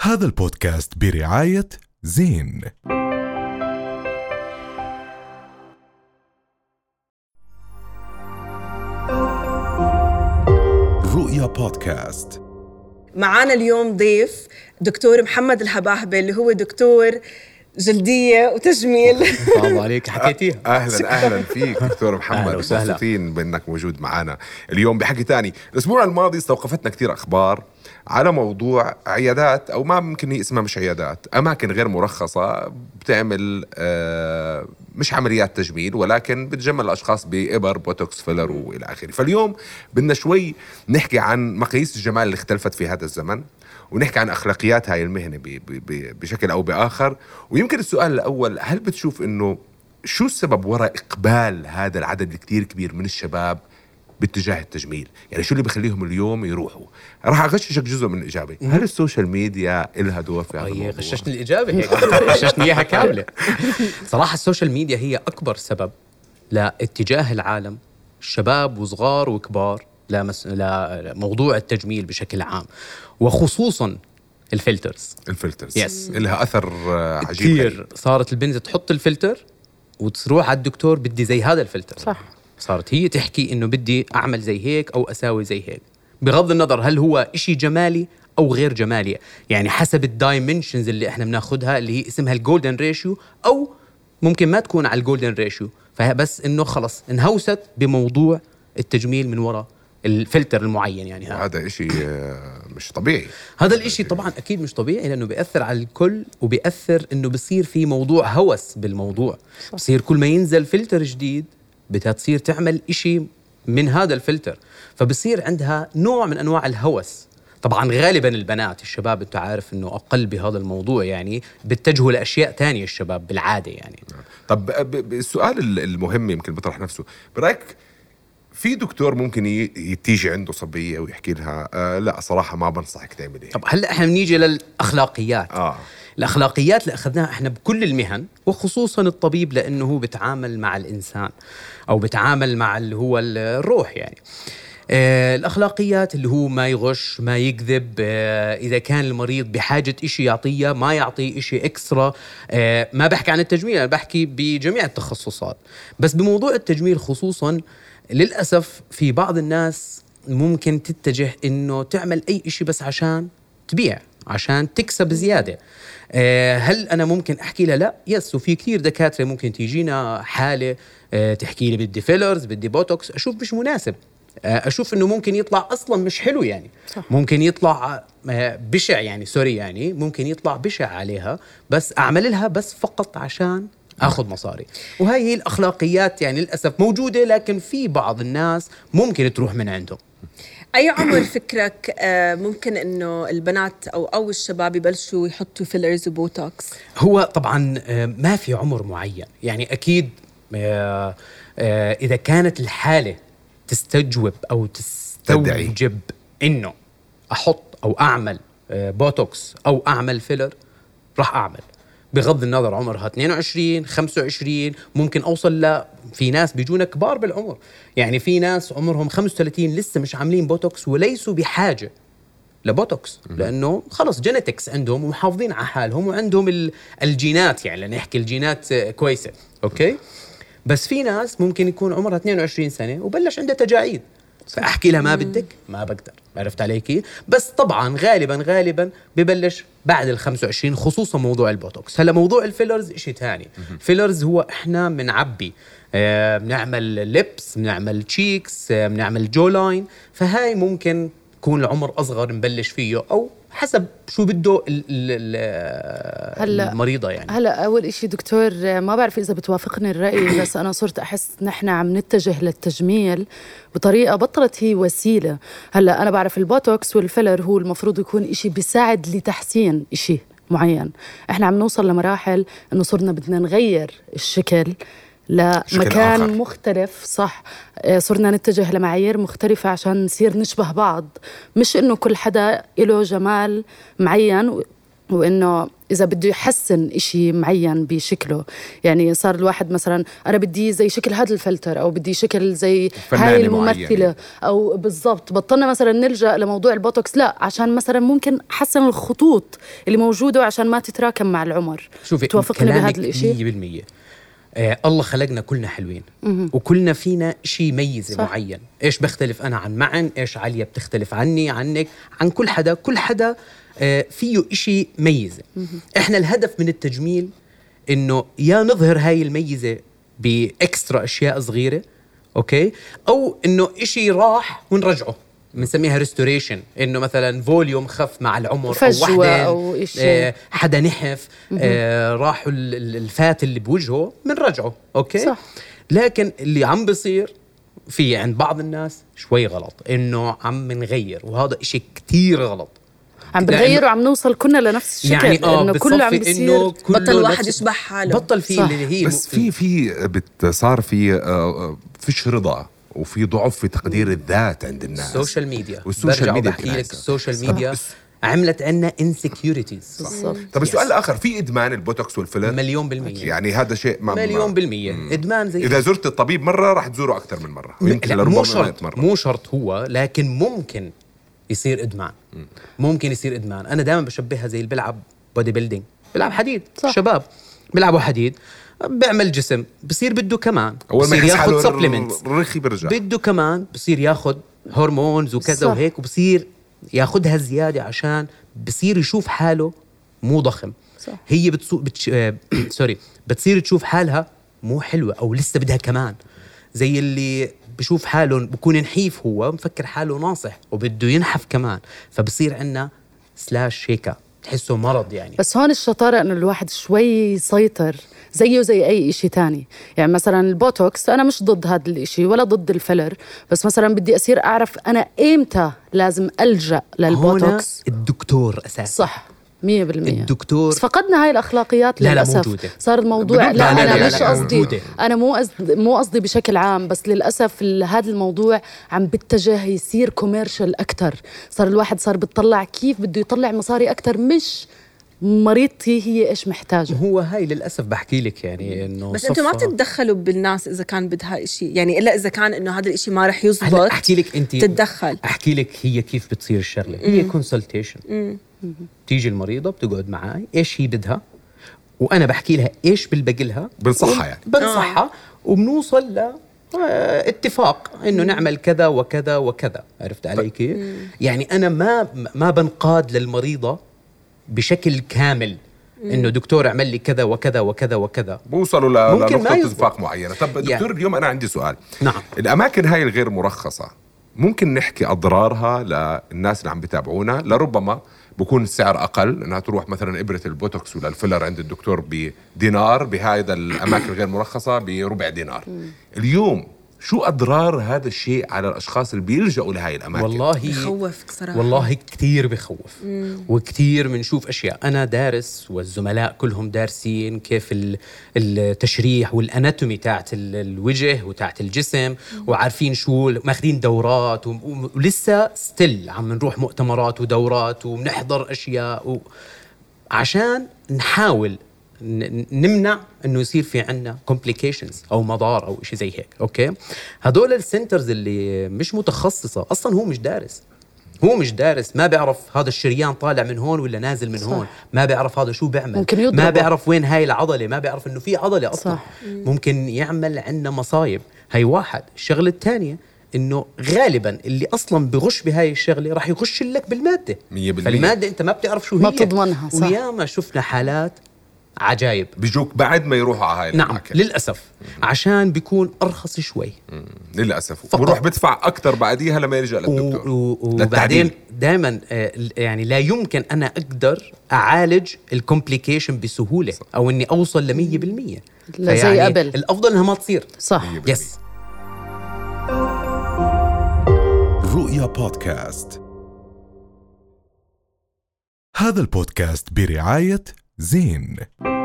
هذا البودكاست برعاية زين. رؤيا بودكاست. معانا اليوم ضيف دكتور محمد الهباهبة اللي هو دكتور جلدية وتجميل. الله عليك حكيتيها. أهلا فيك دكتور محمد، مبسوطين بأنك موجود معنا اليوم بحكي تاني. الأسبوع الماضي استوقفتنا كتير أخبار على موضوع عيادات، أو ما ممكن هي اسمها مش عيادات، أماكن غير مرخصة بتعمل مش عمليات تجميل ولكن بتجمل الأشخاص بإبر بوتوكس فيلر وإلى آخره. فاليوم بدنا شوي نحكي عن مقاييس الجمال اللي اختلفت في هذا الزمن، ونحكي عن أخلاقيات هاي المهنة بشكل أو بآخر. ويمكن السؤال الأول، هل بتشوف إنه شو السبب وراء إقبال هذا العدد الكتير كبير من الشباب باتجاه التجميل؟ يعني شو اللي بخليهم اليوم يروحوا؟ راح أغششك جزء من الإجابة. هل السوشيال ميديا إلها دور في هذا الموضوع؟ غششتني الإجابة هيك. غششتني إياها كاملة. صراحة السوشيال ميديا هي أكبر سبب لاتجاه العالم، الشباب وصغار وكبار، لموضوع التجميل بشكل عام، وخصوصا الفلترز. يس لها أثر عجيب كثير. صارت البنت تحط الفلتر وتروح على الدكتور بدي زي هذا الفلتر. صح. صارت هي تحكي إنه بدي أعمل زي هيك أو أساوي زي هيك، بغض النظر هل هو إشي جمالي أو غير جمالي، يعني حسب الدايمنشنز اللي إحنا بناخدها اللي هي اسمها الجولدن ريشيو، أو ممكن ما تكون على الجولدن ريشيو، فبس إنه خلص انهوست بموضوع التجميل من وراء الفلتر المعين. يعني هذا إشي مش طبيعي. هذا الإشي طبعا أكيد مش طبيعي، لأنه بيأثر على الكل، وبيأثر إنه بصير في موضوع هوس بالموضوع. بصير كل ما ينزل فلتر جديد بتصير تعمل إشي من هذا الفلتر، فبصير عندها نوع من أنواع الهوس. طبعا غالبا البنات الشباب انت عارف إنه أقل بهذا الموضوع، يعني بيتجهوا لأشياء تانية الشباب بالعادة يعني. طب السؤال المهم يمكن بيطرح نفسه، برأيك في دكتور ممكن يتيجي عنده صبية ويحكي لها لا صراحة ما بنصحك تعملي؟ طب هلأ احنا بنيجي للأخلاقيات. الأخلاقيات اللي أخذناها احنا بكل المهن، وخصوصا الطبيب لأنه هو بتعامل مع الإنسان أو بتعامل مع اللي هو الروح يعني. الأخلاقيات اللي هو ما يغش، ما يكذب، إذا كان المريض بحاجة إشي يعطيه، ما يعطيه إشي إكسترا. ما بحكي عن التجميل، أنا بحكي بجميع التخصصات، بس بموضوع التجميل خصوصا للأسف في بعض الناس ممكن تتجه إنه تعمل أي إشي بس عشان تبيع، عشان تكسب زيادة. هل أنا ممكن أحكي لها لا؟ يس. وفي كتير دكاترة ممكن تيجينا حالة تحكي لي بدي فيلرز، بدي بوتوكس، أشوف مش مناسب، أشوف إنه ممكن يطلع أصلاً مش حلو يعني. صح. ممكن يطلع بشع يعني، سوري يعني، ممكن يطلع بشع عليها، بس أعمل لها بس فقط عشان أخذ مصاري. وهي هي الأخلاقيات يعني للأسف موجودة، لكن في بعض الناس ممكن تروح من عندهم. أي عمر فكرك ممكن إنه البنات أو الشباب يبلشوا يحطوا فيلرز وبوتوكس؟ هو طبعاً ما في عمر معين يعني. أكيد إذا كانت الحالة تستجوب أو تستوجب إنه أحط أو أعمل بوتوكس أو أعمل فيلر، راح أعمل، بغض النظر عمرها 22 25. ممكن أوصل في ناس بيجونا كبار بالعمر، يعني في ناس عمرهم 35 لسه مش عاملين بوتوكس وليسوا بحاجة لبوتوكس، لأنه خلص جينيتكس عندهم ومحافظين على حالهم وعندهم الجينات، يعني لنحكي الجينات كويسة. أوكي. بس في ناس ممكن يكون عمرها 22 سنة وبلش عندها تجاعيد، فأحكي لها ما بدك، ما بقدر. عرفت عليكي؟ بس طبعا غالبا ببلش بعد 25، خصوصا موضوع البوتوكس. هلا موضوع الفيلرز إشي تاني. فيلرز هو إحنا بنعبي، بنعمل ليبس، بنعمل تشيكس، بنعمل جولاين، فهاي ممكن يكون العمر أصغر نبلش فيه، أو حسب شو بده المريضة يعني. هلا أول إشي دكتور، ما بعرف إذا بتوافقني الرأي، بس أنا صرت أحس نحن عم نتجه للتجميل بطريقة بطلت هي وسيلة. هلا أنا بعرف البوتوكس والفيلر هو المفروض يكون إشي بيساعد لتحسين إشي معين. إحنا عم نوصل لمراحل إنه صرنا بدنا نغير الشكل لمكان آخر. مختلف. صح. صرنا نتجه لمعايير مختلفة عشان نصير نشبه بعض، مش إنه كل حدا له جمال معين وإنه إذا بده يحسن إشي معين بشكله. يعني صار الواحد مثلا أنا بدي زي شكل هذا الفلتر، أو بدي شكل زي هاي الممثلة، أو بالضبط بطلنا مثلا نلجأ لموضوع البوتوكس، لا عشان مثلا ممكن حسن الخطوط اللي موجودة عشان ما تتراكم مع العمر. شوفي توافقني بهذا الإشي 100%. الله خلقنا كلنا حلوين وكلنا فينا شيء ميزة معين. إيش بختلف أنا عن معن، إيش عليا بتختلف عني عنك عن كل حدا. كل حدا فيه إشي ميزة. إحنا الهدف من التجميل إنه يا نظهر هاي الميزة بإكسترا أشياء صغيرة، أوكي، أو إنه إشي راح ونرجعه، بنسميها ريستوريشن، إنه مثلا فوليوم خف مع العمر، أو واحدة حدا نحف، راحوا الفات اللي بوجهه بنرجعه، أوكي صح. لكن اللي عم بصير في عند بعض الناس شوي غلط، إنه عم نغير، وهذا إشي كتير غلط. عم بنغير وعم نوصل كنا لنفس الشكل، يعني إنه كله عم بيصير بطل واحد يشبه حاله، بطل فيه اللي هي بس صار فيش رضا، وفي ضعف في تقدير الذات عند الناس. السوشيال ميديا بحكي لك السوشيال ميديا عملت عنا insecurities. طب السؤال الآخر، في إدمان البوتوكس والفيلر؟ 100%. يعني هذا شيء 100% إدمان. زي إذا زرت الطبيب مرة راح تزوره أكثر من مرة، مو شرط هو، لكن ممكن يصير إدمان. ممكن يصير إدمان. أنا دائما بشبهها زي اللي بيلعب بودي بيلدينج، بيلعب حديد صح. شباب بيلعبوا حديد، بيعمل جسم، بصير بده كمان، بصير ياخد سبليمنتس، بده كمان بصير ياخد هرمونز وكذا وهيك، وبصير ياخدها زيادة عشان بصير يشوف حاله مو ضخم صح. هي بتصير تشوف حالها مو حلوة، أو لسه بدها كمان. زي اللي بشوف حاله بكون نحيف، هو مفكر حاله ناصح وبده ينحف كمان، فبصير عنا سلاش هيك تحسه مرض يعني. بس هون الشطارة إنه الواحد شوي يسيطر زيه زي أي إشي تاني. يعني مثلا البوتوكس أنا مش ضد هذا الإشي ولا ضد الفيلر، بس مثلا بدي أصير أعرف أنا إمتى لازم ألجأ للبوتوكس. الدكتور أساسا صح 100%. الدكتور بس فقدنا هاي الأخلاقيات للأسف. صار الموضوع لا أنا مش قصدي، أنا مو قصدي بشكل عام، بس للأسف هذا الموضوع عم بتجه يصير كوميرشل أكتر. صار الواحد صار بتطلع كيف بده يطلع مصاري أكتر، مش مريضتي هي إيش محتاجة. هو هاي للأسف بحكي لك يعني إنه بس أنتوا ما بتتدخلوا بالناس إذا كان بدها إشي، يعني إلا إذا كان إنه هذا الإشي ما رح يزبط. أحكي لك أنت تتدخل. أحكي لك هي كيف بتصير الشغلة. هي كونسلتيشن. تيجي المريضة بتقعد معاي إيش هي بدها، وأنا بحكي لها إيش بالبقي لها، بنصحها يعني بنصحها وبنوصل ل اتفاق إنه نعمل كذا وكذا وكذا. عرفت علي كيف؟ يعني أنا ما بنقاد للمريضة بشكل كامل إنه دكتور اعمل لي كذا وكذا وكذا وكذا. بوصلوا لنقطة اتفاق معينة. طب دكتور يعني. اليوم أنا عندي سؤال. نعم. الأماكن هاي الغير مرخصة ممكن نحكي أضرارها للناس اللي عم بتابعونا؟ لربما بكون السعر أقل، إنها تروح مثلا إبرة البوتوكس ولا الفيلر عند الدكتور بدينار، بهذا الأماكن الغير مرخصة بربع دينار. اليوم شو أضرار هذا الشيء على الأشخاص اللي بيلجأوا لهاي الأماكن؟ والله بخوف صراحة. والله كتير بخوف. وكتير منشوف أشياء. أنا دارس والزملاء كلهم دارسين كيف التشريح والأناتومي تاعت الوجه وتاعت الجسم، وعارفين شو، ماخدين دورات ولسه ستيل عم نروح مؤتمرات ودورات وبنحضر أشياء عشان نحاول نمنع انه يصير في عنا complications او مضار او شيء زي هيك. اوكي، هدول السنترز اللي مش متخصصه اصلا، هو مش دارس، ما بيعرف هذا الشريان طالع من هون ولا نازل من هون، ما بيعرف هذا شو بيعمل، ما بيعرف وين هاي العضله، ما بيعرف انه في عضله اصلا صح. ممكن يعمل عنا مصايب. هاي واحد. الشغله الثانيه انه غالبا اللي اصلا بغش بهاي الشغله راح يغش لك بالماده 100%. فالماده انت ما بتعرف شو هي، ما تضمنها. صح. وياما شفنا حالات عجايب بيجوك بعد ما يروحوا على هاي الأماكن. نعم للأسف. عشان بيكون أرخص شوي للأسف، وبروح بدفع أكتر بعديها لما يرجع للدكتور. وبعدين دائما يعني لا يمكن أنا أقدر أعالج الكومبليكيشن بسهولة صح. أو إني أوصل 100%. زي قبل. الأفضل إنها ما تصير. صح. يس. رؤيا بودكاست. هذا البودكاست برعاية زين.